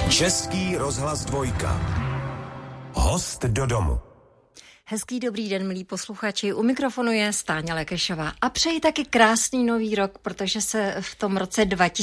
Český rozhlas Dvojka. Host do domu. Hezký dobrý den, milí posluchači. U mikrofonu je Stáňa Lekešová. A přeji taky krásný nový rok, protože se v tom roce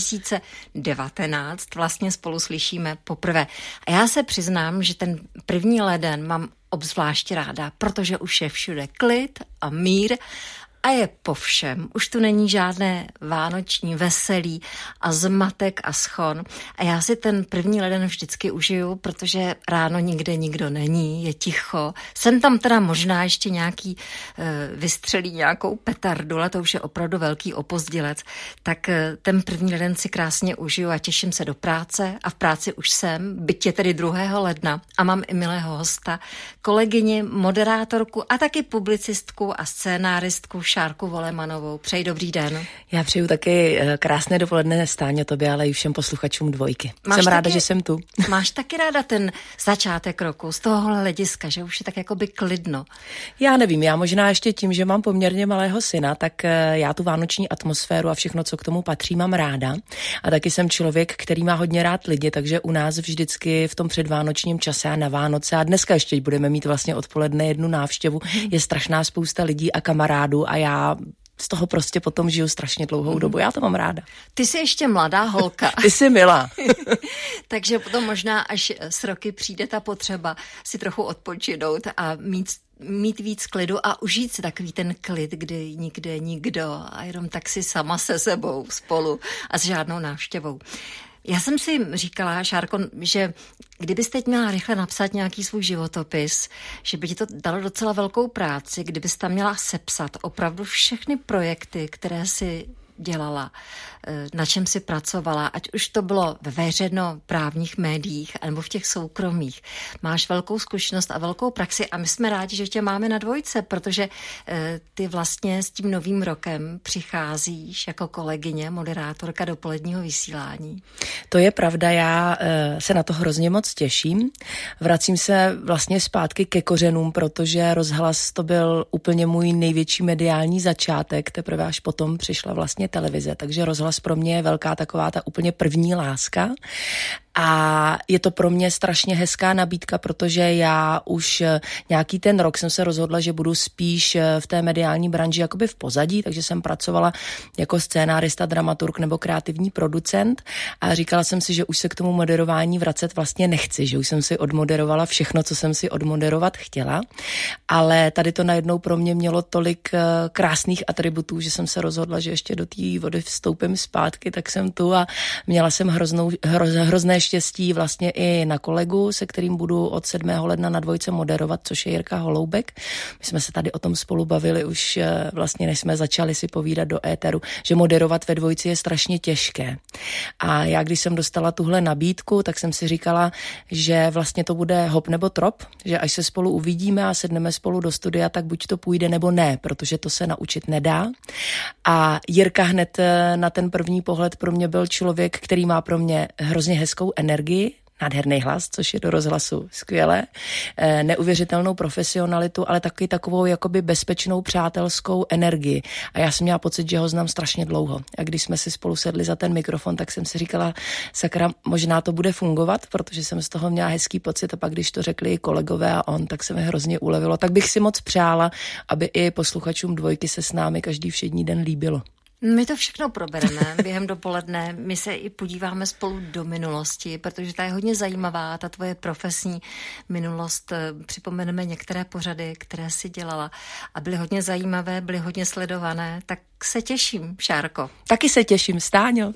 2019 vlastně spolu slyšíme poprvé. A já se přiznám, že ten 1. leden mám obzvlášť ráda, protože už je všude klid a mír a je po všem. Už tu není žádné vánoční veselí a zmatek a schon. A já si ten 1. leden vždycky užiju, protože ráno nikde nikdo není, je ticho. Jsem tam teda možná ještě nějaký vystřelí nějakou petardu, ale to už je opravdu velký opozdělec. Tak ten 1. leden si krásně užiju a těším se do práce. A v práci už jsem, byť je tedy 2. ledna a mám i milého hosta, kolegyni, moderátorku a taky publicistku a scénáristku Šárku Volemanovou. Přeji dobrý den. Já přeju taky krásné dopoledne, Stáňo, tobě, ale i všem posluchačům Dvojky. Jsem ráda, že jsem tu. Máš taky ráda ten začátek roku z tohohle hlediska, že už je tak jakoby klidno? Já nevím, já možná ještě tím, že mám poměrně malého syna, tak já tu vánoční atmosféru a všechno, co k tomu patří, mám ráda. A taky jsem člověk, který má hodně rád lidi, takže u nás vždycky v tom předvánočním čase a na Vánoce a dneska ještě budeme mít vlastně odpoledne jednu návštěvu, je strašná spousta lidí a kamarádů a já z toho prostě potom žiju strašně dlouhou dobu. Já to mám ráda. Ty jsi ještě mladá holka. Ty jsi milá. Takže potom možná až s roky přijde ta potřeba si trochu odpočinout a mít víc klidu a užít si takový ten klid, kdy nikde nikdo a jenom tak si sama se sebou spolu a s žádnou návštěvou. Já jsem si říkala, Šárko, že kdybys teď měla rychle napsat nějaký svůj životopis, že by ti to dalo docela velkou práci, kdybys tam měla sepsat opravdu všechny projekty, které si dělala, na čem si pracovala, ať už to bylo ve veřejnoprávních médiích nebo v těch soukromých. Máš velkou zkušenost a velkou praxi a my jsme rádi, že tě máme na Dvojce, protože ty vlastně s tím novým rokem přicházíš jako kolegyně, moderátorka dopoledního vysílání. To je pravda, já se na to hrozně moc těším. Vracím se vlastně zpátky ke kořenům, protože rozhlas to byl úplně můj největší mediální začátek, teprve až potom přišla vlastně televize, takže rozhlas pro mě je velká taková ta úplně první láska a je to pro mě strašně hezká nabídka, protože já už nějaký ten rok jsem se rozhodla, že budu spíš v té mediální branži jakoby v pozadí, takže jsem pracovala jako scénárista, dramaturg nebo kreativní producent a říkala jsem si, že už se k tomu moderování vracet vlastně nechci, že už jsem si odmoderovala všechno, co jsem si odmoderovat chtěla, ale tady to najednou pro mě mělo tolik krásných atributů, že jsem se rozhodla, že ještě do té vody vstoupím zpátky, tak jsem tu a měla jsem hrozné štěstí vlastně i na kolegu, se kterým budu od 7. ledna na Dvojce moderovat, což je Jirka Holoubek. My jsme se tady o tom spolu bavili už vlastně, než jsme začali si povídat do éteru, že moderovat ve Dvojci je strašně těžké. A já, když jsem dostala tuhle nabídku, tak jsem si říkala, že vlastně to bude hop nebo trop, že až se spolu uvidíme a sedneme spolu do studia, tak buď to půjde nebo ne, protože to se naučit nedá. A Jirka hned na ten první pohled pro mě byl člověk, který má pro mě hrozně hezkou energii, nádherný hlas, což je do rozhlasu skvělé, neuvěřitelnou profesionalitu, ale taky takovou jakoby bezpečnou přátelskou energii. A já jsem měla pocit, že ho znám strašně dlouho. A když jsme si spolu sedli za ten mikrofon, tak jsem si říkala, sakra, možná to bude fungovat, protože jsem z toho měla hezký pocit a pak, když to řekli i kolegové a on, tak se mi hrozně ulevilo. Tak bych si moc přála, aby i posluchačům Dvojky se s námi každý všední den líbilo. My to všechno probereme během dopoledne. My se i podíváme spolu do minulosti, protože ta je hodně zajímavá, ta tvoje profesní minulost. Připomeneme některé pořady, které si dělala a byly hodně zajímavé, byly hodně sledované. Tak se těším, Šárko. Taky se těším, Stáňo.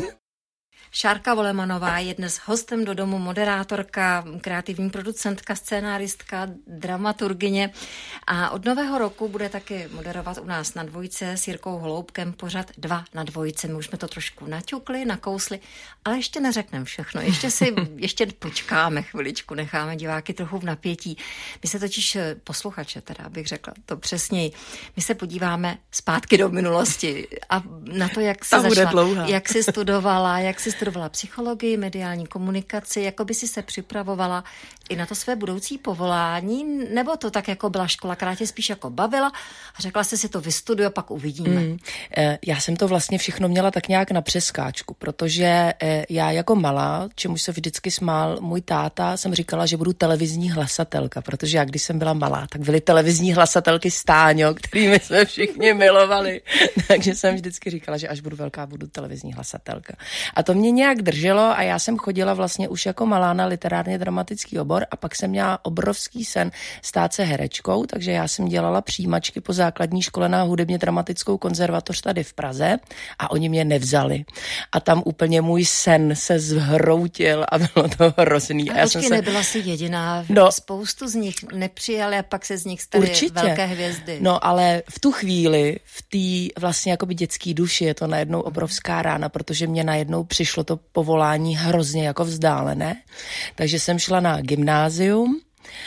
Šárka Volemanová je dnes hostem do domu, moderátorka, kreativní producentka, scénáristka, dramaturgyně a od nového roku bude taky moderovat u nás na Dvojce s Jirkou Holoubkem pořad 2 na Dvojce. My už jsme to trošku naťukli, nakousli, ale ještě neřekneme všechno. Ještě počkáme chviličku, necháme diváky trochu v napětí. My se totiž, posluchače teda, abych řekla to přesněji, my se podíváme zpátky do minulosti a na to, jak jsi začala, jak jsi studovala, studovala psychologii, mediální komunikaci, jako by si se připravovala i na to své budoucí povolání, nebo to tak jako byla škola, která tě spíš jako bavila a řekla jsi si to vystuduj a pak uvidíme? Já jsem to vlastně všechno měla tak nějak na přeskáčku, protože já jako malá, čemu se vždycky smál můj táta, jsem říkala, že budu televizní hlasatelka, protože já když jsem byla malá, tak byly televizní hlasatelky Stáňo, kterými jsme všichni milovali. Takže jsem vždycky říkala, že až budu velká, budu televizní hlasatelka. A to mě nějak drželo a já jsem chodila vlastně už jako malá na literárně dramatický obor a pak jsem měla obrovský sen stát se herečkou, takže já jsem dělala přijímačky po základní škole na hudebně dramatickou konzervatoř tady v Praze a oni mě nevzali. A tam úplně můj sen se zhroutil a bylo to hrozný. A počkej, nebyla jsi jediná, spoustu z nich nepřijali a pak se z nich staly velké hvězdy. No ale v tu chvíli, v té vlastně jakoby dětský duši je to najednou obrovská rána, protože mě najednou přišlo to povolání hrozně jako vzdálené. Takže jsem šla na gymnázium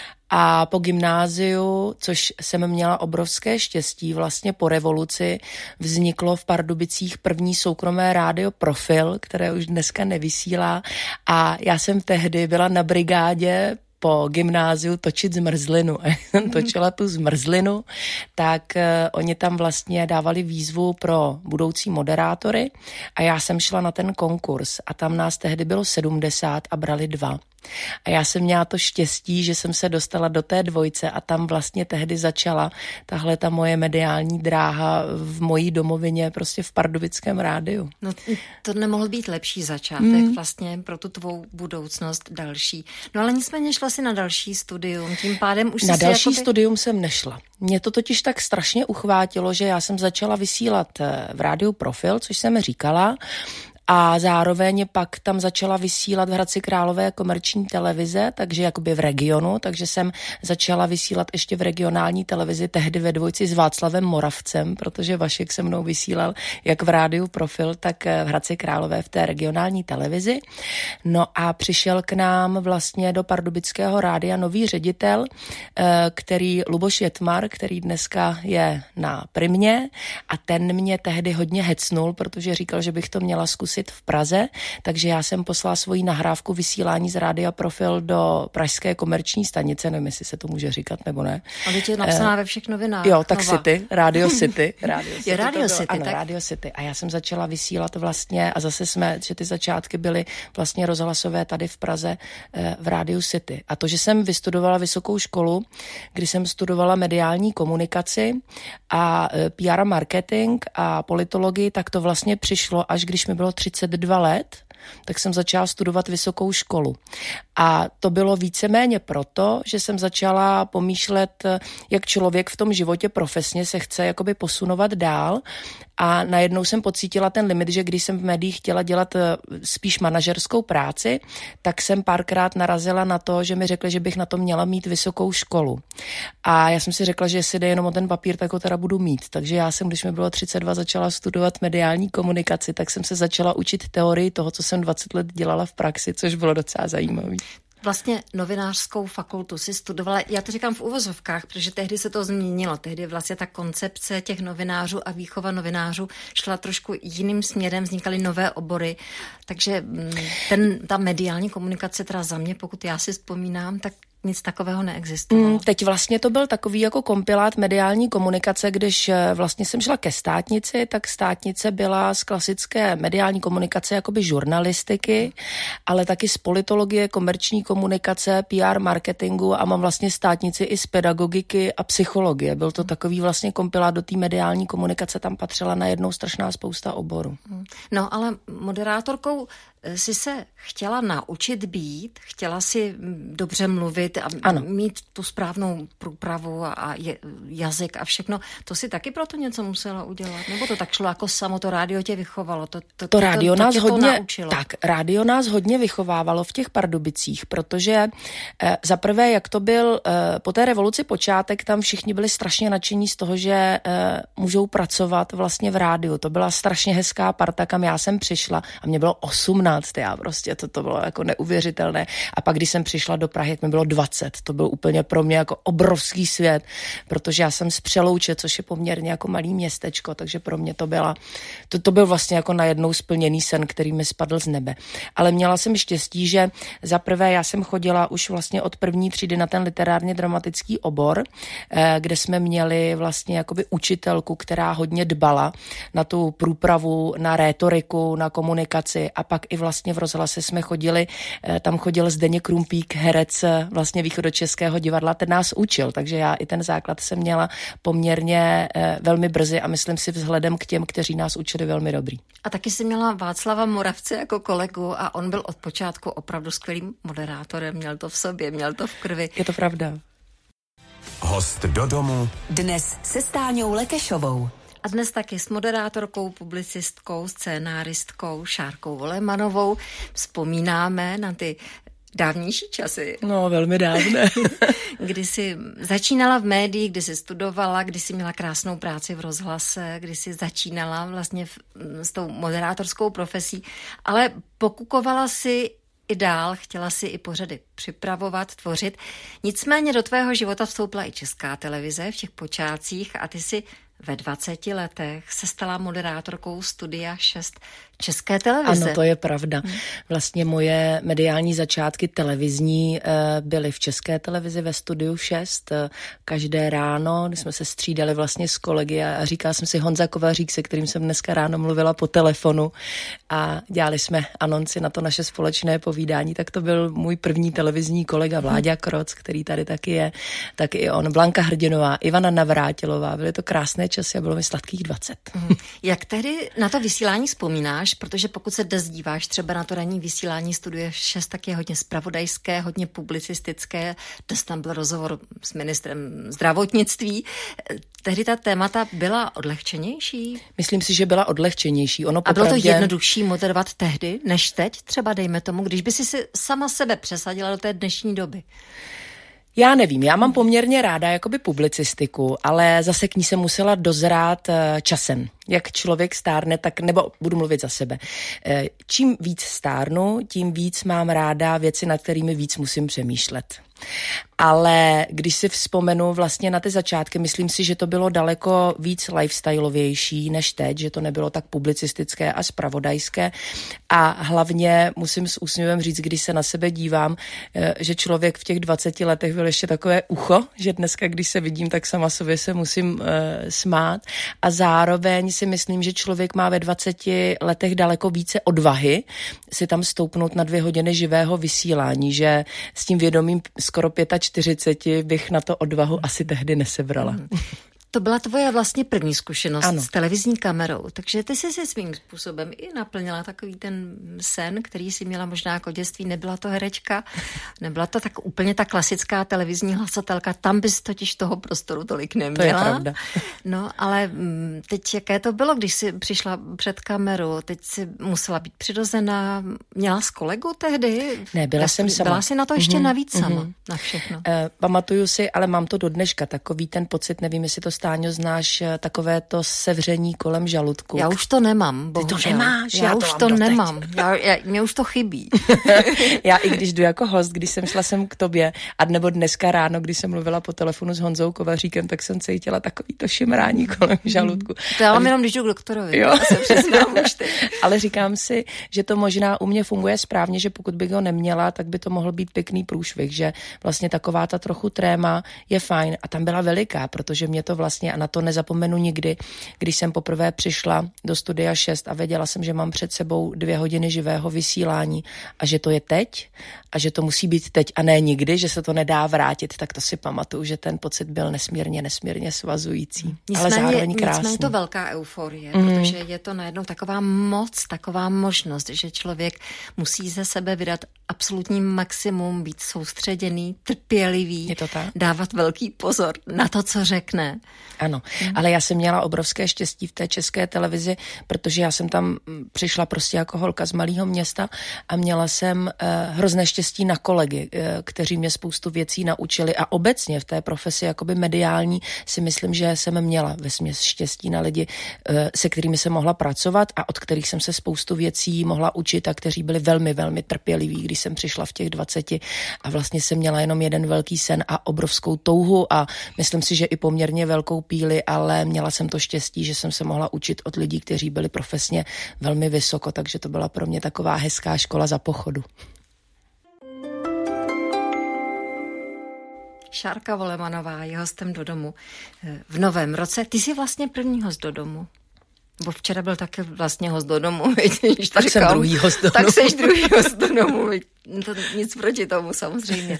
a po gymnáziu, což jsem měla obrovské štěstí, vlastně po revoluci vzniklo v Pardubicích první soukromé rádio Profil, které už dneska nevysílá a já jsem tehdy byla na brigádě po gymnáziu točit zmrzlinu. A jak jsem točila tu zmrzlinu, tak oni tam vlastně dávali výzvu pro budoucí moderátory a já jsem šla na ten konkurs a tam nás tehdy bylo 70 a brali 2. A já jsem měla to štěstí, že jsem se dostala do té dvojce a tam vlastně tehdy začala tahle ta moje mediální dráha v mojí domovině, prostě v Pardubickém rádiu. No to nemohl být lepší začátek vlastně pro tu tvou budoucnost další. No ale nicméně šla si na další studium, tím pádem už na další studium jsem nešla. Mě to totiž tak strašně uchvátilo, že já jsem začala vysílat v rádiu Profil, což jsem říkala, a zároveň pak tam začala vysílat v Hradci Králové komerční televize, takže jakoby v regionu, takže jsem začala vysílat ještě v regionální televizi, tehdy ve dvojci s Václavem Moravcem, protože Vašek se mnou vysílal jak v rádiu Profil, tak v Hradci Králové v té regionální televizi. No a přišel k nám vlastně do Pardubického rádia nový ředitel, který Luboš Jetmar, který dneska je na Primě a ten mě tehdy hodně hecnul, protože říkal, že bych to měla zkusit v Praze, takže já jsem poslala svoji nahrávku vysílání z rádia Profil do pražské komerční stanice, nevím, jestli se to může říkat nebo ne. A teď je napsaná ve všech novinách. Jo, tak Nova. City, Radio City. Radio City, ano, tak? Radio City. A já jsem začala vysílat vlastně, a zase že ty začátky byly vlastně rozhlasové tady v Praze v Radio City. A to, že jsem vystudovala vysokou školu, kdy jsem studovala mediální komunikaci a PR marketing a politologii, tak to vlastně přišlo, až když mi bylo 32 let, tak jsem začala studovat vysokou školu. A to bylo víceméně proto, že jsem začala pomýšlet, jak člověk v tom životě profesně se chce jakoby posunovat dál a najednou jsem pocítila ten limit, že když jsem v médiích chtěla dělat spíš manažerskou práci, tak jsem párkrát narazila na to, že mi řekli, že bych na to měla mít vysokou školu. A já jsem si řekla, že jestli jde jenom o ten papír, tak ho teda budu mít. Takže já jsem, když mi bylo 32, začala studovat mediální komunikaci, tak jsem se začala učit teorii toho, co jsem 20 let dělala v praxi, což bylo docela zajímavé. Vlastně novinářskou fakultu si studovala, já to říkám v uvozovkách, protože tehdy se to změnilo, tehdy vlastně ta koncepce těch novinářů a výchova novinářů šla trošku jiným směrem, vznikaly nové obory, takže ta mediální komunikace teda za mě, pokud já si vzpomínám, tak nic takového neexistovalo. Teď vlastně to byl takový jako kompilát mediální komunikace, když vlastně jsem šla ke státnici, tak státnice byla z klasické mediální komunikace jakoby žurnalistiky, ale taky z politologie, komerční komunikace, PR marketingu a mám vlastně státnici i z pedagogiky a psychologie. Byl to takový vlastně kompilát do té mediální komunikace, tam patřila najednou strašná spousta oborů. No ale moderátorkou si se chtěla naučit být, chtěla si dobře mluvit a ano. Mít tu správnou průpravu a jazyk a všechno. To si taky proto něco musela udělat? Nebo to tak šlo jako samo, to rádio tě vychovalo? To rádio nás hodně, naučilo? Tak, rádio nás hodně vychovávalo v těch Pardubicích, protože za prvé, jak to byl po té revoluci počátek, tam všichni byli strašně nadšení z toho, že můžou pracovat vlastně v rádiu. To byla strašně hezká parta, kam já jsem přišla a mě bylo 18 15, já prostě, to bylo jako neuvěřitelné. A pak, když jsem přišla do Prahy, jak mi bylo 20, to byl úplně pro mě jako obrovský svět, protože já jsem z Přelouče, což je poměrně jako malý městečko, takže pro mě to byl vlastně jako najednou splněný sen, který mi spadl z nebe. Ale měla jsem štěstí, že za prvé já jsem chodila už vlastně od první třídy na ten literárně dramatický obor, kde jsme měli vlastně jakoby učitelku, která hodně dbala na tu průpravu, na rétoriku, na komunikaci a pak i vlastně v rozhlase jsme chodili, tam chodil Zdeněk Krumpík, herec vlastně Východočeského divadla, ten nás učil, takže já i ten základ jsem měla poměrně velmi brzy a myslím si vzhledem k těm, kteří nás učili, velmi dobrý. A taky jsi měla Václava Moravce jako kolegu a on byl od počátku opravdu skvělým moderátorem, měl to v sobě, měl to v krvi. Je to pravda. Host do domu. Dnes se Stáňou Lekešovou. A dnes taky s moderátorkou, publicistkou, scénáristkou Šárkou Volemanovou vzpomínáme na ty dávnější časy. No, velmi dávné. Kdy jsi začínala v médiích, kdy jsi studovala, kdy jsi měla krásnou práci v rozhlase, kdy jsi začínala vlastně s tou moderátorskou profesí, ale pokukovala si i dál, chtěla si i pořady připravovat, tvořit. Nicméně do tvého života vstoupila i Česká televize v těch počátcích a ty si ve 20 letech se stala moderátorkou Studia 6 České televize. Ano, to je pravda. Vlastně moje mediální začátky televizní byly v České televizi ve Studiu 6. Každé ráno, kdy jsme se střídali vlastně s kolegy a říkala jsem si Honza Kovařík, se kterým jsem dneska ráno mluvila po telefonu a dělali jsme anonci na to naše společné povídání, tak to byl můj první televizní kolega Vláďa Kroc, který tady taky je, tak i on, Blanka Hrdinová, Ivana Navrátilová, byly to krásné časy a bylo mi sladkých 20. Jak tedy na to vysílání vzpomínáš? Protože pokud se dnes díváš třeba na to ranní vysílání Studia 6, tak je hodně zpravodajské, hodně publicistické. Dnes tam byl rozhovor s ministrem zdravotnictví. Tehdy ta témata byla odlehčenější? Myslím si, že byla odlehčenější. A bylo to jednodušší moderovat tehdy, než teď? Třeba dejme tomu, když by si sama sebe přesadila do té dnešní doby. Já nevím, já mám poměrně ráda jakoby publicistiku, ale zase k ní se musela dozrát časem. Jak člověk stárne, tak, nebo budu mluvit za sebe. Čím víc stárnu, tím víc mám ráda věci, nad kterými víc musím přemýšlet. Ale když si vzpomenu vlastně na ty začátky, myslím si, že to bylo daleko víc lifestyleovější než teď, že to nebylo tak publicistické a zpravodajské. A hlavně musím s úsměvem říct, když se na sebe dívám, že člověk v těch 20 letech byl ještě takové ucho, že dneska, když se vidím, tak sama sobě se musím smát. A zároveň si myslím, že člověk má ve 20 letech daleko více odvahy si tam stoupnout na 2 hodiny živého vysílání, že s tím vědomím skoro 45 bych na to odvahu asi tehdy nesebrala. To byla tvoje vlastně první zkušenost ano. s televizní kamerou, takže ty jsi si svým způsobem i naplnila takový ten sen, který jsi měla možná jako dětství. Nebyla to herečka, nebyla to tak úplně ta klasická televizní hlasatelka, tam bys totiž toho prostoru tolik neměla. To je pravda. No, ale teď jaké to bylo, když jsi přišla před kameru, teď jsi musela být přirozená, měla s kolegu tehdy? Ne, byla jsem sama. Byla jsi na to ještě navíc sama, na všechno. Pamatuju si, ale mám to do dneška, takový ten pocit, nevím, jestli to Stáňo znáš, takové to sevření kolem žaludku. Já už to nemám, bohužel. Ty to nemáš? Já už to nemám. Mně už to chybí. Já i když jdu jako host, když jsem šla sem k tobě a nebo dneska ráno, když jsem mluvila po telefonu s Honzou Kovaříkem, tak jsem cítila takový to šimrání kolem žaludku. To já mám jenom, když jdu k doktorovi. Jo. Se přiznám už teď. Ale říkám si, že to možná u mě funguje správně, že pokud bych ho neměla, tak by to mohl být pěkný průšvih, že vlastně taková ta trochu tréma je fajn a tam byla veliká, protože mě to vlastně, a na to nezapomenu nikdy, když jsem poprvé přišla do Studia 6 a věděla jsem, že mám před sebou 2 hodiny živého vysílání a že to je teď a že to musí být teď a ne nikdy, že se to nedá vrátit, tak to si pamatuju, že ten pocit byl nesmírně svazující, ale zároveň krásný. Nicméně to velká euforie, protože je to najednou taková moc, taková možnost, že člověk musí ze sebe vydat absolutní maximum, být soustředěný, trpělivý, je to tak? Dávat velký pozor na to, co řekne. Ano, ale já jsem měla obrovské štěstí v té České televizi, protože já jsem tam přišla prostě jako holka z malého města a měla jsem hrozné štěstí na kolegy, kteří mě spoustu věcí naučili a obecně v té profesi jakoby mediální si myslím, že jsem měla vesměs štěstí na lidi, se kterými jsem mohla pracovat a od kterých jsem se spoustu věcí mohla učit a kteří byli velmi, velmi trpěliví, když jsem přišla v těch 20 a vlastně jsem měla jenom jeden velký sen a obrovskou touhu a myslím si, že i poměrně velkou píli, ale měla jsem to štěstí, že jsem se mohla učit od lidí, kteří byli profesně velmi vysoko, takže to byla pro mě taková hezká škola za pochodu. Šárka Volemanová je hostem Do domu v novém roce. Ty jsi vlastně první host Do domu. Bo včera byl taky vlastně host Do domu. Tak jsem druhý host Do domu. Tak jsi druhý host Do domu. To nic proti tomu samozřejmě.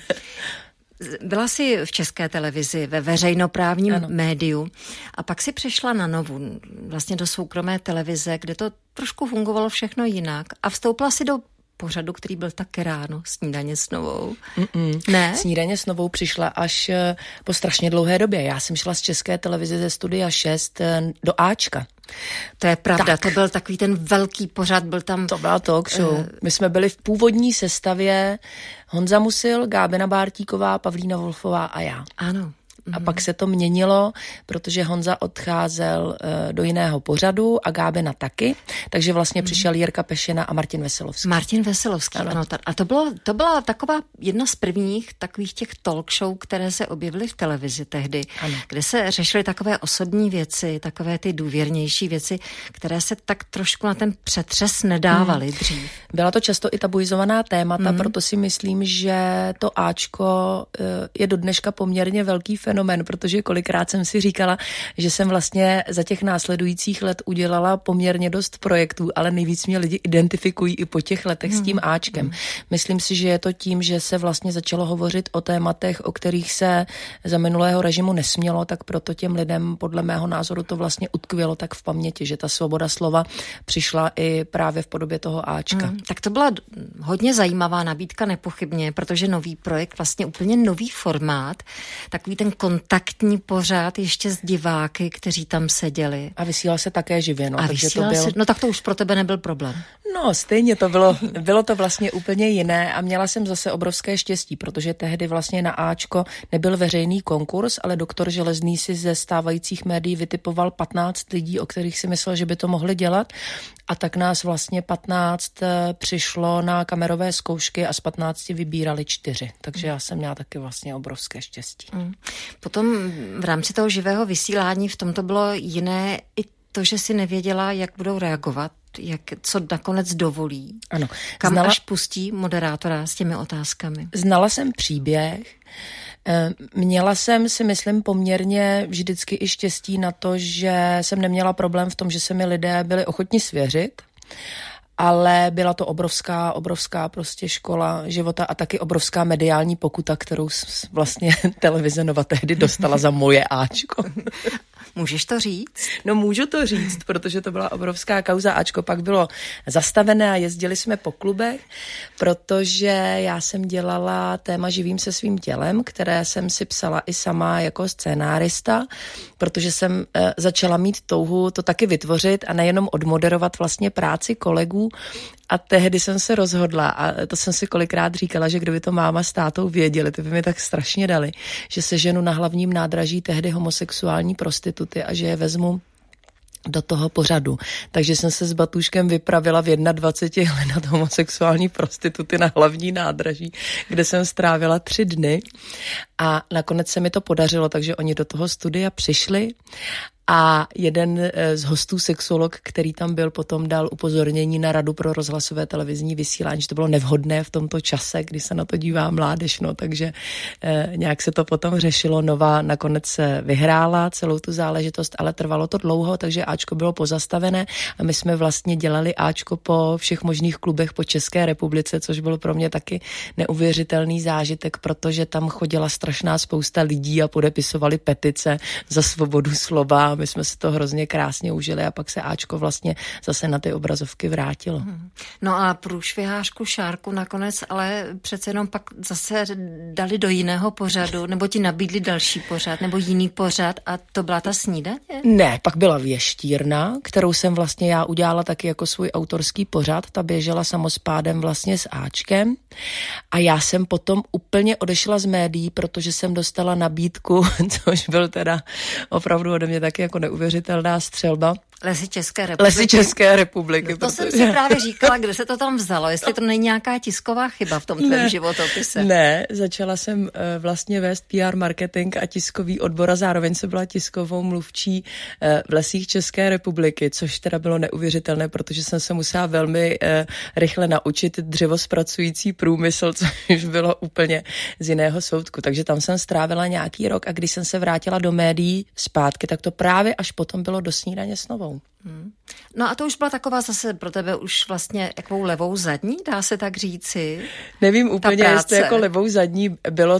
Byla jsi v České televizi, ve veřejnoprávním médiu a pak si přešla na Novu, vlastně do soukromé televize, kde to trošku fungovalo všechno jinak a vstoupila si do pořadu, který byl taky ráno, Snídaně s Novou. Ne? Snídaně s Novou přišla až po strašně dlouhé době. Já jsem šla z České televize ze Studia 6 do Ačka. To je pravda, tak. To byl takový ten velký pořad, byl tam... To byla talk show. My jsme byli v původní sestavě Honza Musil, Gábina Bártíková, Pavlína Wolfová a já. Ano. A pak se to měnilo, protože Honza odcházel do jiného pořadu a Gábina taky, takže vlastně přišel Jirka Pešina a Martin Veselovský. Martin Veselovský, ano. A to byla taková jedna z prvních takových těch talk show, které se objevily v televizi tehdy, kde se řešily takové osobní věci, takové ty důvěrnější věci, které se tak trošku na ten přetřes nedávaly dřív. Byla to často i tabuizovaná témata, proto si myslím, že to Ačko je do dneška poměrně velký fenomén, protože kolikrát jsem si říkala, že jsem vlastně za těch následujících let udělala poměrně dost projektů, ale nejvíc mě lidi identifikují i po těch letech s tím Ačkem. Myslím si, že je to tím, že se vlastně začalo hovořit o tématech, o kterých se za minulého režimu nesmělo, tak proto těm lidem podle mého názoru to vlastně utkvělo tak v paměti, že ta svoboda slova přišla i právě v podobě toho Ačka. Tak to byla hodně zajímavá nabídka nepochybně, protože nový projekt, vlastně úplně nový formát, takový ten kontaktní pořád ještě s diváky, kteří tam seděli. A vysílal se také živě, no. A takže to byl... No tak to už pro tebe nebyl problém. No, stejně to bylo to vlastně úplně jiné a měla jsem zase obrovské štěstí, protože tehdy vlastně na Ačko nebyl veřejný konkurs, ale doktor Železný si ze stávajících médií vytipoval 15 lidí, o kterých si myslel, že by to mohli dělat. A tak nás vlastně 15 přišlo na kamerové zkoušky a z 15 vybírali 4. Takže já jsem měla taky vlastně obrovské štěstí. Potom v rámci toho živého vysílání v tom to bylo jiné i to, že si nevěděla, jak budou reagovat, co nakonec dovolí. Ano. Kam až pustí moderátora s těmi otázkami. Znala jsem příběh. Měla jsem si myslím poměrně vždycky i štěstí na to, že jsem neměla problém v tom, že se mi lidé byli ochotni svěřit, ale byla to obrovská prostě škola života a taky obrovská mediální pokuta, kterou vlastně televize Nova tehdy dostala za moje Ačko. Můžeš to říct? No můžu to říct, protože to byla obrovská kauza. Ačko pak bylo zastavené a jezdili jsme po klubech, protože já jsem dělala téma Živím se svým tělem, které jsem si psala i sama jako scénárista, protože jsem začala mít touhu to taky vytvořit a nejenom odmoderovat vlastně práci kolegů. A tehdy jsem se rozhodla, a to jsem si kolikrát říkala, že kdyby to máma s tátou věděli, to by mi tak strašně dali, že se ženu na hlavním nádraží tehdy homosexuální prostituty a že je vezmu do toho pořadu. Takže jsem se s Batůškem vypravila v 21 hledat homosexuální prostituty na hlavní nádraží, kde jsem strávila 3 dny a nakonec se mi to podařilo, takže oni do toho studia přišli a jeden z hostů, sexolog, který tam byl, potom dal upozornění na Radu pro rozhlasové televizní vysílání, že to bylo nevhodné v tomto čase, kdy se na to dívá mládež, no, takže nějak se to potom řešilo. Nova nakonec vyhrála celou tu záležitost, ale trvalo to dlouho, takže Ačko bylo pozastavené a my jsme vlastně dělali Ačko po všech možných klubech po České republice, což bylo pro mě taky neuvěřitelný zážitek, protože tam chodila strašná spousta lidí a podepisovali petice za svobodu slova. a my jsme si to hrozně krásně užili a pak se Ačko vlastně zase na ty obrazovky vrátilo. No a průšvihářku Šárku nakonec ale přece jenom pak zase dali do jiného pořadu, nebo ti nabídli další pořad, nebo jiný pořad a to byla ta snídaně? Ne, pak byla Věštírna, kterou jsem vlastně já udělala taky jako svůj autorský pořad, ta běžela samospádem vlastně s Ačkem a já jsem potom úplně odešla z médií, protože jsem dostala nabídku, což byl teda opravdu ode mě taky jako neuvěřitelná střelba. Lesy České republiky. Lesy České republiky. No to jsem si právě říkala, kde se to tam vzalo, jestli to není nějaká tisková chyba v tom tvém životopise. Ne, začala jsem vlastně vést PR marketing a tiskový odbor a zároveň jsem byla tiskovou mluvčí v Lesích České republiky, což teda bylo neuvěřitelné, protože jsem se musela velmi rychle naučit dřevospracující průmysl, což bylo úplně z jiného soudku. Takže tam jsem strávila nějaký rok a když jsem se vrátila do médií zpátky, tak to právě až potom bylo do Snídaně s Novou. No a to už byla taková zase pro tebe už vlastně jakou levou zadní, dá se tak říci? Nevím úplně, jestli jako levou zadní,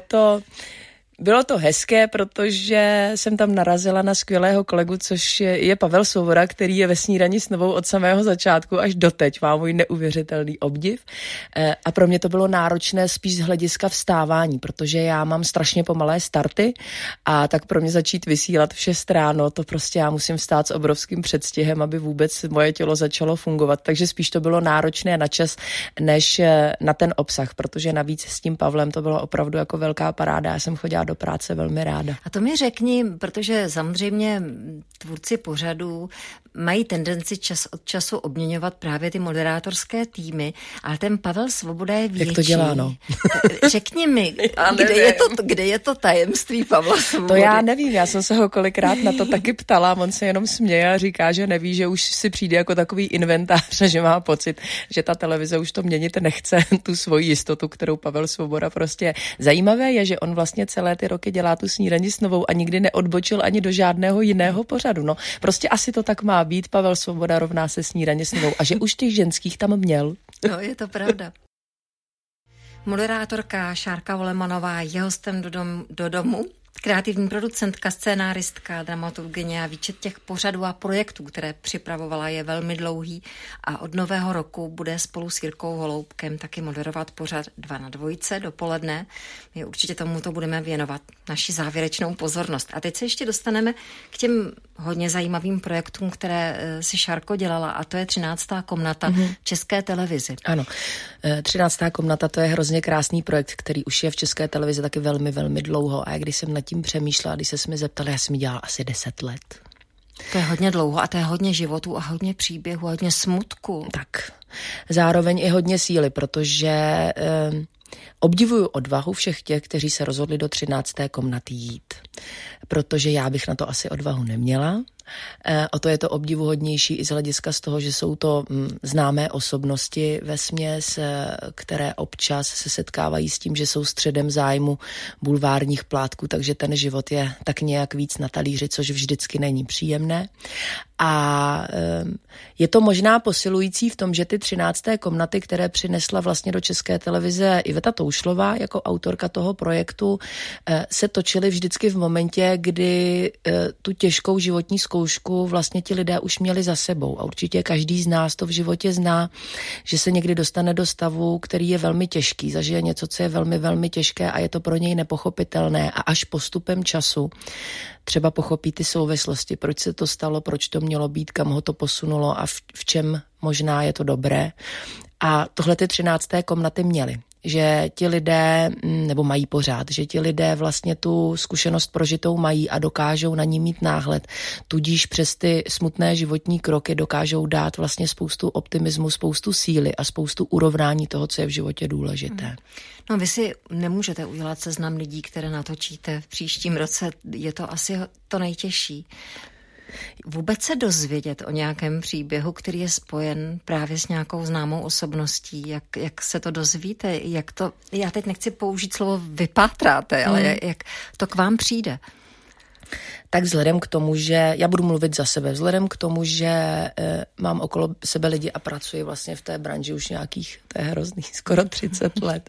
bylo to hezké, protože jsem tam narazila na skvělého kolegu, což je Pavel Svoboda, který je ve Snídani s Novou od samého začátku až doteď. Má můj neuvěřitelný obdiv. A pro mě to bylo náročné spíš z hlediska vstávání, protože já mám strašně pomalé starty a tak pro mě začít vysílat v 6 ráno, to prostě já musím vstát s obrovským předstihem, aby vůbec moje tělo začalo fungovat. Takže spíš to bylo náročné na čas, než na ten obsah, protože navíc s tím Pavlem to bylo opravdu jako velká paráda. Já jsem chodila do práce velmi ráda. A to mi řekni, protože samozřejmě tvůrci pořadů mají tendenci čas od času obměňovat právě ty moderátorské týmy, ale ten Pavel Svoboda je větší. Jak to dělá, no? Řekni mi, kde je to tajemství Pavla Svobody? To já nevím, já jsem se ho kolikrát na to taky ptala, on se jenom směje a říká, že neví, že už si přijde jako takový inventář a že má pocit, že ta televize už to měnit nechce, tu svoji jistotu, kterou Pavel Svoboda prostě. Zajímavé je, že on vlastně celé ty roky dělá tu Snídani s Novou a nikdy neodbočil ani do žádného jiného pořadu. No, prostě asi to tak má být, Pavel Svoboda rovná se Snídaně s Novou a že už těch ženských tam měl. No, je to pravda. Moderátorka Šárka Volemanová je hostem do domu. Kreativní producentka, scénáristka, dramaturgyně a výčet těch pořadů a projektů, které připravovala, je velmi dlouhý a od nového roku bude spolu s Jirkou Holoubkem taky moderovat pořad 2 na 2 dopoledne. My určitě tomuto budeme věnovat naši závěrečnou pozornost. A teď se ještě dostaneme k těm hodně zajímavým projektům, které si Šárko dělala, a to je 13. komnata České televizi. Ano, 13. komnata, to je hrozně krásný projekt, který už je v České televizi taky velmi, velmi dlouho. A když jsem nad tím přemýšlela, když se mi zeptali, já jsem ji dělala asi 10 let. To je hodně dlouho a to je hodně životů a hodně příběhů a hodně smutku. Tak, zároveň i hodně síly, protože obdivuju odvahu všech těch, kteří se rozhodli do 13. komnaty jít. Protože já bych na to asi odvahu neměla. O to je to obdivuhodnější i z hlediska z toho, že jsou to známé osobnosti vesměs, které občas se setkávají s tím, že jsou středem zájmu bulvárních plátků, takže ten život je tak nějak víc na talíři, což vždycky není příjemné. A je to možná posilující v tom, že ty 13. komnaty, které přinesla vlastně do České televize Iveta Toušlová jako autorka toho projektu, se točily vždycky v momentě, kdy tu těžkou životní zkoušku vlastně ti lidé už měli za sebou. A určitě každý z nás to v životě zná, že se někdy dostane do stavu, který je velmi těžký, zažije něco, co je velmi, velmi těžké a je to pro něj nepochopitelné a až postupem času třeba pochopí ty souvislosti, proč se to stalo, proč to mělo být, kam ho to posunulo a v čem možná je to dobré. A tohle ty 13. komnaty měly. Že ti lidé, nebo mají pořád, že ti lidé vlastně tu zkušenost prožitou mají a dokážou na ní mít náhled. Tudíž přes ty smutné životní kroky dokážou dát vlastně spoustu optimismu, spoustu síly a spoustu urovnání toho, co je v životě důležité. No, vy si nemůžete udělat seznam lidí, které natočíte v příštím roce. Je to asi to nejtěžší. Vůbec se dozvědět o nějakém příběhu, který je spojen právě s nějakou známou osobností, jak se to dozvíte, jak to, já teď nechci použít slovo vypátráte, ale jak to k vám přijde? Tak vzhledem k tomu, že já budu mluvit za sebe, vzhledem k tomu, že mám okolo sebe lidi a pracuji vlastně v té branži už nějakých, to je hrozný, skoro 30 let,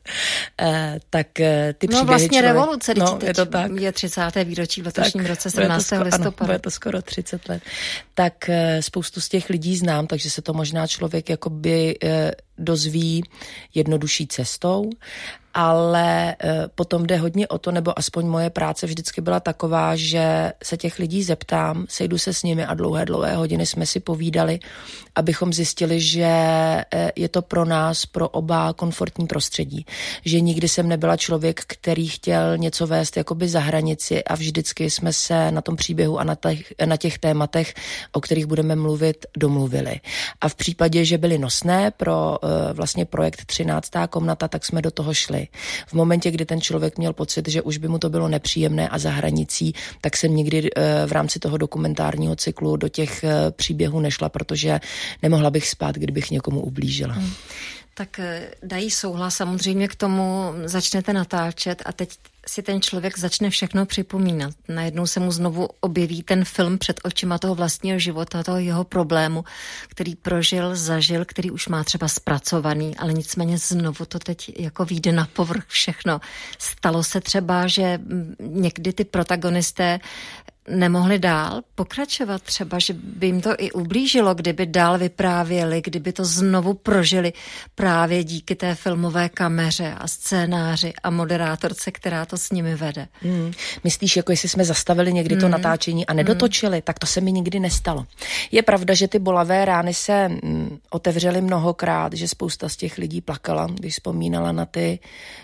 tak ty příběhy vlastně revoluce, je to tak. Je 30. výročí v letošním roce 17. listopadu. Bude to skoro 30 let. Tak spoustu z těch lidí znám, takže se to možná člověk jakoby dozví jednodušší cestou, ale potom jde hodně o to, nebo aspoň moje práce vždycky byla taková, že se těch lidí zeptám, sejdu se s nimi a dlouhé hodiny jsme si povídali, abychom zjistili, že je to pro nás, pro oba komfortní prostředí. Že nikdy jsem nebyla člověk, který chtěl něco vést jakoby za hranici a vždycky jsme se na tom příběhu a na těch tématech, o kterých budeme mluvit, domluvili. A v případě, že byly nosné pro vlastně projekt 13. komnata, tak jsme do toho šli. V momentě, kdy ten člověk měl pocit, že už by mu to bylo nepříjemné a za hranicí, tak jsem nikdy v rámci toho dokumentárního cyklu do těch příběhů nešla, protože nemohla bych spát, kdybych někomu ublížila. Tak dají souhlas, samozřejmě k tomu začnete natáčet a teď si ten člověk začne všechno připomínat. Najednou se mu znovu objeví ten film před očima toho vlastního života, toho jeho problému, který prožil, zažil, který už má třeba zpracovaný, ale nicméně znovu to teď jako vyjde na povrch všechno. Stalo se třeba, že někdy ty protagonisté nemohli dál pokračovat třeba, že by jim to i ublížilo, kdyby dál vyprávěli, kdyby to znovu prožili právě díky té filmové kameře a scénáři a moderátorce, která to s nimi vede. Myslíš, jako jestli jsme zastavili někdy to natáčení a nedotočili, tak to se mi nikdy nestalo. Je pravda, že ty bolavé rány se otevřely mnohokrát, že spousta z těch lidí plakala, když vzpomínala na ty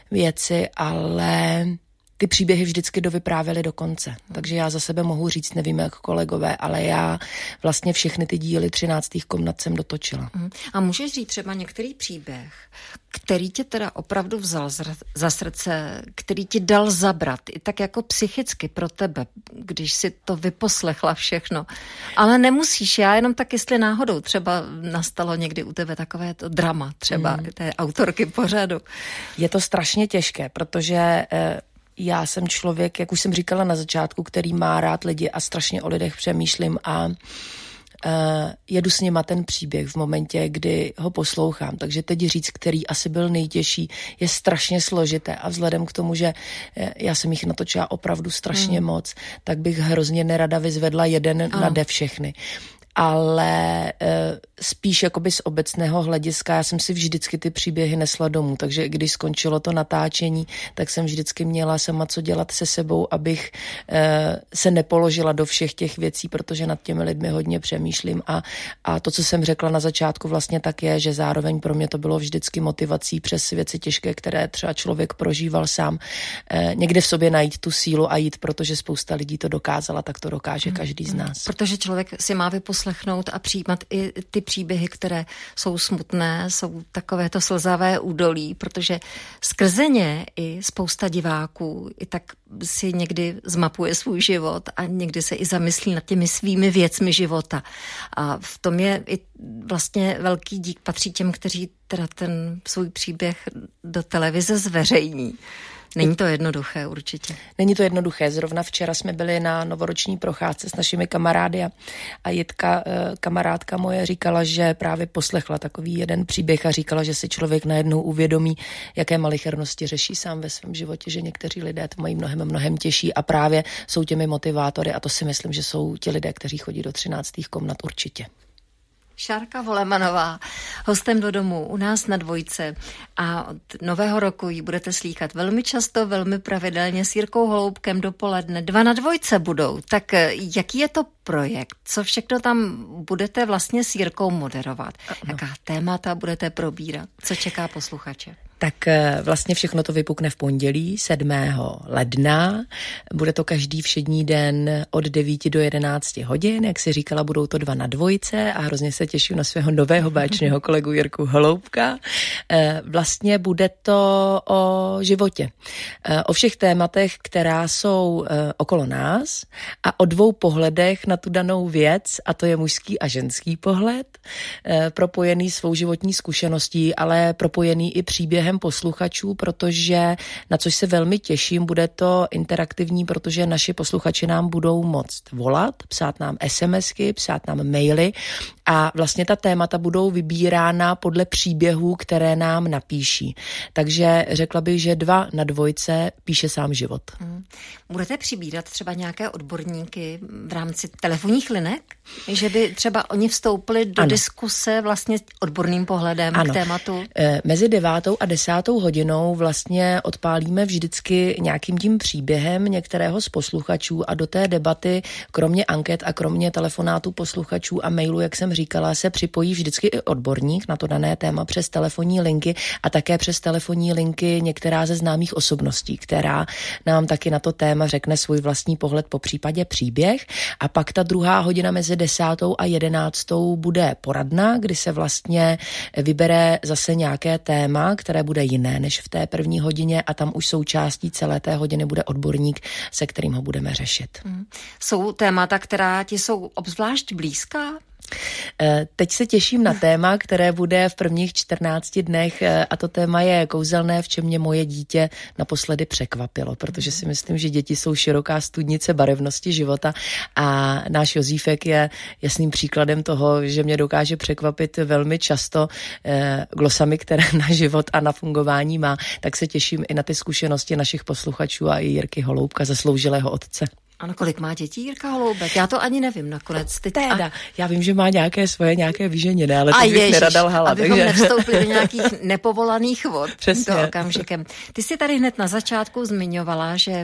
věci, ale ty příběhy vždycky dovyprávěly do konce. Takže já za sebe mohu říct, nevím jak kolegové, ale já vlastně všechny ty díly 13. komnat jsem dotočila. A můžeš říct třeba některý příběh, který tě teda opravdu vzal za srdce, který ti dal zabrat, i tak jako psychicky pro tebe, když si to vyposlechla všechno. Ale nemusíš, já jenom tak, jestli náhodou třeba nastalo někdy u tebe takové to drama, třeba té autorky pořadu. Je to strašně těžké, protože já jsem člověk, jak už jsem říkala na začátku, který má rád lidi a strašně o lidech přemýšlím a jedu s nima ten příběh v momentě, kdy ho poslouchám. Takže teď říct, který asi byl nejtěžší, je strašně složité a vzhledem k tomu, že já jsem jich natočila opravdu strašně moc, tak bych hrozně nerada vyzvedla jeden nade všechny. Ale spíš jakoby z obecného hlediska, já jsem si vždycky ty příběhy nesla domů, takže když skončilo to natáčení, tak jsem vždycky měla sama co dělat se sebou, abych se nepoložila do všech těch věcí, protože nad těmi lidmi hodně přemýšlím a to, co jsem řekla na začátku vlastně tak je, že zároveň pro mě to bylo vždycky motivací přes věci těžké, které třeba člověk prožíval sám, někde v sobě najít tu sílu a jít, protože spousta lidí to dokázala, tak to dokáže každý z nás. Protože člověk si má vyposlechnout a přijímat i ty příběhy, které jsou smutné, jsou takovéto slzavé údolí, protože skrze ně i spousta diváků i tak si někdy zmapuje svůj život a někdy se i zamyslí nad těmi svými věcmi života. A v tom je i vlastně velký dík patří těm, kteří teda ten svůj příběh do televize zveřejní. Není to jednoduché určitě. Není to jednoduché. Zrovna včera jsme byli na novoroční procházce s našimi kamarády a Jitka, kamarádka moje, říkala, že právě poslechla takový jeden příběh a říkala, že si člověk najednou uvědomí, jaké malichernosti řeší sám ve svém životě, že někteří lidé to mají mnohem těžší a právě jsou těmi motivátory a to si myslím, že jsou ti lidé, kteří chodí do 13. komnat určitě. Šárka Volemanová, hostem do domu u nás na Dvojce a od nového roku ji budete slýchat velmi často, velmi pravidelně s Jirkou Holoubkem dopoledne. 2 na Dvojce budou. Tak jaký je to projekt? Co všechno tam budete vlastně s Jirkou moderovat? Jaká témata budete probírat? Co čeká posluchače? Tak vlastně všechno to vypukne v pondělí 7. ledna. Bude to každý všední den od 9 do 11 hodin. Jak si říkala, budou to 2 na Dvojce a hrozně se těším na svého nového báječného kolegu Jirku Holoubka. Vlastně bude to o životě. O všech tématech, která jsou okolo nás a o 2 pohledech na tu danou věc, a to je mužský a ženský pohled, propojený svou životní zkušeností, ale propojený i příběhem příběhem posluchačů, protože na což se velmi těším, bude to interaktivní, protože naši posluchači nám budou moct volat, psát nám SMSky, psát nám maily a vlastně ta témata budou vybírána podle příběhů, které nám napíší. Takže řekla bych, že 2 na 2 píše sám život. Budete přibírat třeba nějaké odborníky v rámci telefonních linek? Že by třeba oni vstoupili do diskuse vlastně odborným pohledem k tématu? Mezi 9. a 10. hodinou vlastně odpálíme vždycky nějakým tím příběhem některého z posluchačů a do té debaty, kromě anket a kromě telefonátů posluchačů a mailů, jak jsem říkala, se připojí vždycky i odborník na to dané téma přes telefonní linky a také přes telefonní linky některá ze známých osobností, která nám taky na to téma řekne svůj vlastní pohled, po případě příběh. A pak ta druhá hodina mezi 10. a 11. bude poradna, kdy se vlastně vybere zase nějaké téma, které bude jiné než v té první hodině a tam už součástí celé té hodiny bude odborník, se kterým ho budeme řešit. Jsou témata, která ti jsou obzvlášť blízká? Teď se těším na téma, které bude v prvních 14 dnech a to téma je kouzelné, v čem mě moje dítě naposledy překvapilo, protože si myslím, že děti jsou široká studnice barevnosti života a náš Jozífek je jasným příkladem toho, že mě dokáže překvapit velmi často glosami, které na život a na fungování má, tak se těším i na ty zkušenosti našich posluchačů a i Jirky Holoubka, zasloužilého otce. Ano, kolik má dětí Jirka Holoubek? Já to ani nevím nakonec. Já vím, že má nějaké vyženěné, ale to bych nerada lhala. Abychom nevstoupili do nějakých nepovolaných vod. Přesně. To okamžikem. Ty jsi tady hned na začátku zmiňovala, že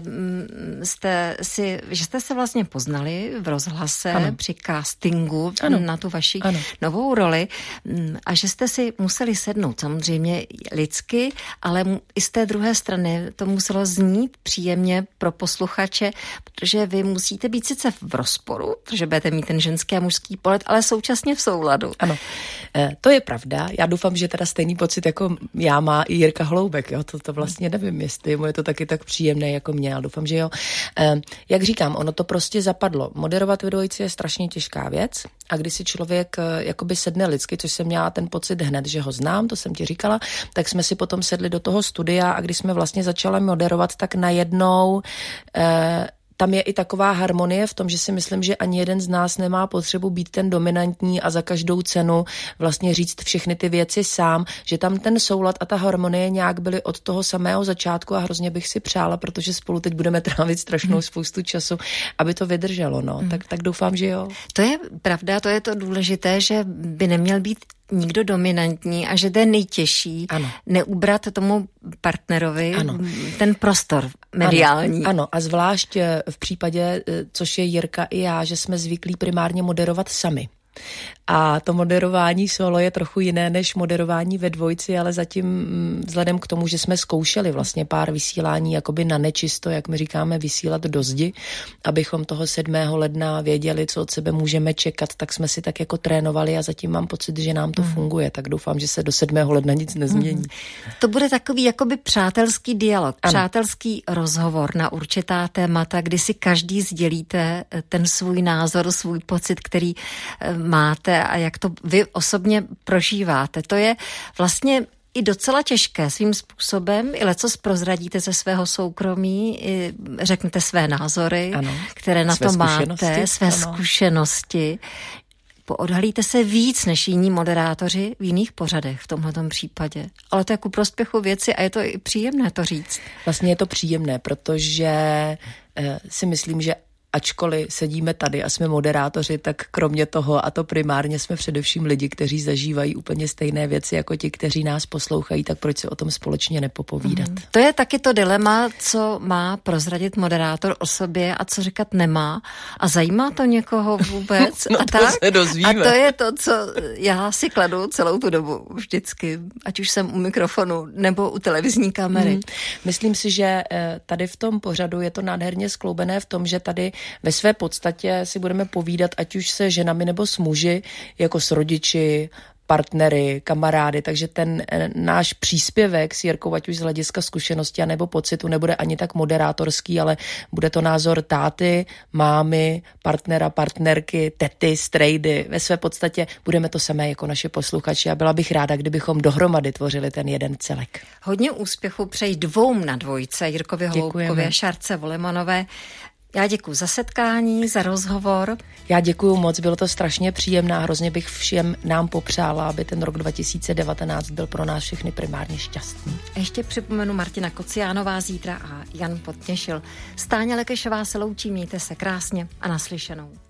jste se vlastně poznali v rozhlase při castingu na tu vaši novou roli a že jste si museli sednout samozřejmě lidsky, ale i z té druhé strany to muselo znít příjemně pro posluchače, protože vy musíte být sice v rozporu, protože budete mít ten ženský a mužský pohled, ale současně v souladu. Ano, to je pravda. Já doufám, že teda stejný pocit jako já má i Jirka Holoubek. Jo? To vlastně nevím, jestli mu je to taky tak příjemné jako mě, ale doufám, že jo. Jak říkám, ono to prostě zapadlo. Moderovat ve dvojici je strašně těžká věc a když si člověk jakoby sedne lidsky, což jsem měla ten pocit hned, že ho znám, to jsem ti říkala, tak jsme si potom sedli do toho studia a když jsme vlastně začali moderovat, tak najednou tam je i taková harmonie v tom, že si myslím, že ani jeden z nás nemá potřebu být ten dominantní a za každou cenu vlastně říct všechny ty věci sám, že tam ten soulad a ta harmonie nějak byly od toho samého začátku a hrozně bych si přála, protože spolu teď budeme trávit strašnou spoustu času, aby to vydrželo, no. Tak doufám, že jo. To je pravda, to je to důležité, že by neměl být nikdo dominantní a že to je nejtěžší neubrat tomu partnerovi ten prostor mediální. Ano, a zvlášť v případě, což je Jirka i já, že jsme zvyklí primárně moderovat sami. A to moderování solo je trochu jiné než moderování ve dvojici, ale zatím vzhledem k tomu, že jsme zkoušeli vlastně pár vysílání jakoby na nečisto, jak my říkáme, vysílat do zdi, abychom toho 7. ledna věděli, co od sebe můžeme čekat, tak jsme si tak jako trénovali a zatím mám pocit, že nám to funguje, tak doufám, že se do 7. ledna nic nezmění. To bude takový jakoby přátelský dialog, přátelský rozhovor na určitá témata, kdy si každý sdělíte ten svůj názor, svůj pocit, který máte a jak to vy osobně prožíváte. To je vlastně i docela těžké svým způsobem, i lecos prozradíte ze svého soukromí, i řeknete své názory, které na to máte, své zkušenosti. Poodhalíte se víc než jiní moderátoři v jiných pořadech v tomhletom případě. Ale to je ku prospěchu věci a je to i příjemné to říct. Vlastně je to příjemné, protože si myslím, že ačkoliv sedíme tady a jsme moderátoři, tak kromě toho, a to primárně jsme především lidi, kteří zažívají úplně stejné věci jako ti, kteří nás poslouchají, tak proč si o tom společně nepopovídat? To je taky to dilema, co má prozradit moderátor o sobě a co říkat nemá. A zajímá to někoho vůbec? No a to tak? se dozvíme. A to je to, co já si kladu celou tu dobu vždycky, ať už jsem u mikrofonu nebo u televizní kamery. Myslím si, že tady v tom pořadu je to nádherně skloubené v tom, že tady ve své podstatě si budeme povídat, ať už se ženami nebo s muži, jako s rodiči, partnery, kamarády, takže ten náš příspěvek s Jirkou, ať už z hlediska zkušenosti a nebo pocitu, nebude ani tak moderátorský, ale bude to názor táty, mámy, partnera, partnerky, tety, strejdy. Ve své podstatě budeme to samé jako naši posluchači a byla bych ráda, kdybychom dohromady tvořili ten jeden celek. Hodně úspěchu přeji 2 na 2, Jirkovi Holoubkovi a Šárce Volemanové. Já děkuji za setkání, za rozhovor. Já děkuji moc, bylo to strašně příjemné a hrozně bych všem nám popřála, aby ten rok 2019 byl pro nás všechny primárně šťastný. Ještě připomenu Martina Kociánová zítra a Jan Podtěšil. Stáňa Lekešová se loučí, mějte se krásně a naslyšenou.